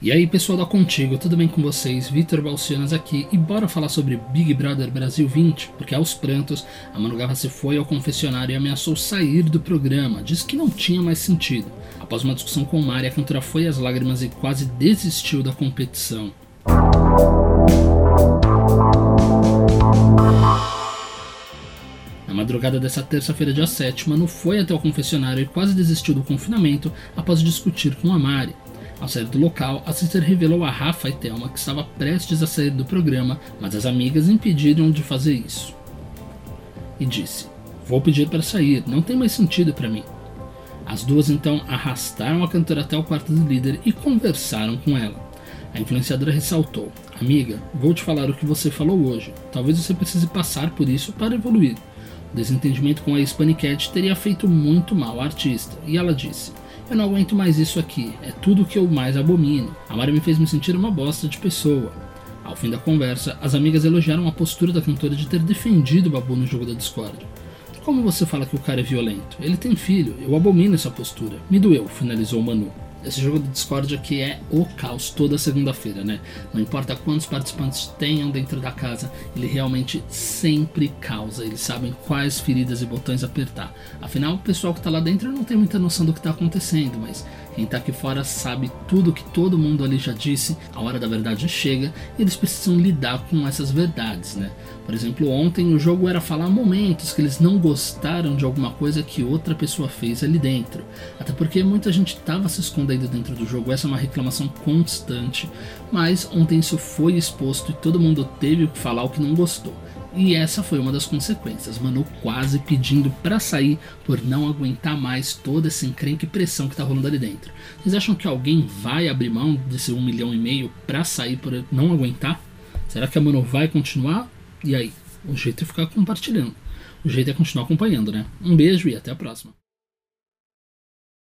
E aí pessoal da Contigo, tudo bem com vocês? Vitor Balcianas aqui e bora falar sobre Big Brother Brasil 20, porque aos prantos a Manu Gavassi foi ao confessionário e ameaçou sair do programa, disse que não tinha mais sentido. Após uma discussão com Mari, a cantora foi às lágrimas e quase desistiu da competição. Na madrugada dessa terça-feira, dia 7, Manu foi até o confessionário e quase desistiu do confinamento após discutir com a Mari. Ao sair do local, a sister revelou a Rafa e Thelma que estava prestes a sair do programa, mas as amigas impediram de fazer isso. E disse: "Vou pedir para sair, não tem mais sentido para mim." As duas então arrastaram a cantora até o quarto do líder e conversaram com ela. A influenciadora ressaltou: "Amiga, vou te falar o que você falou hoje. Talvez você precise passar por isso para evoluir. O desentendimento com a ex-Panicat teria feito muito mal à artista." E ela disse: "Eu não aguento mais isso aqui, é tudo o que eu mais abomino. A Mari me fez me sentir uma bosta de pessoa." Ao fim da conversa, as amigas elogiaram a postura da cantora de ter defendido o Babu no jogo da Discord. "Como você fala que o cara é violento? Ele tem filho, eu abomino essa postura. Me doeu", finalizou Manu. Esse jogo da Discord aqui é o caos toda segunda-feira, né? Não importa quantos participantes tenham dentro da casa, ele realmente sempre causa. Eles sabem quais feridas e botões apertar. Afinal, o pessoal que tá lá dentro não tem muita noção do que tá acontecendo, mas quem tá aqui fora sabe tudo que todo mundo ali já disse. A hora da verdade chega e eles precisam lidar com essas verdades, né? Por exemplo, ontem o jogo era falar momentos que eles não gostaram de alguma coisa que outra pessoa fez ali dentro. Até porque muita gente estava se escondendo dentro do jogo, essa é uma reclamação constante. Mas ontem isso foi exposto e todo mundo teve que falar o que não gostou. E essa foi uma das consequências, Manu quase pedindo pra sair por não aguentar mais toda essa encrenca e pressão que tá rolando ali dentro. Vocês acham que alguém vai abrir mão desse 1,5 milhão pra sair por não aguentar? Será que a Manu vai continuar? E aí? O jeito é ficar compartilhando. O jeito é continuar acompanhando, né? Um beijo e até a próxima.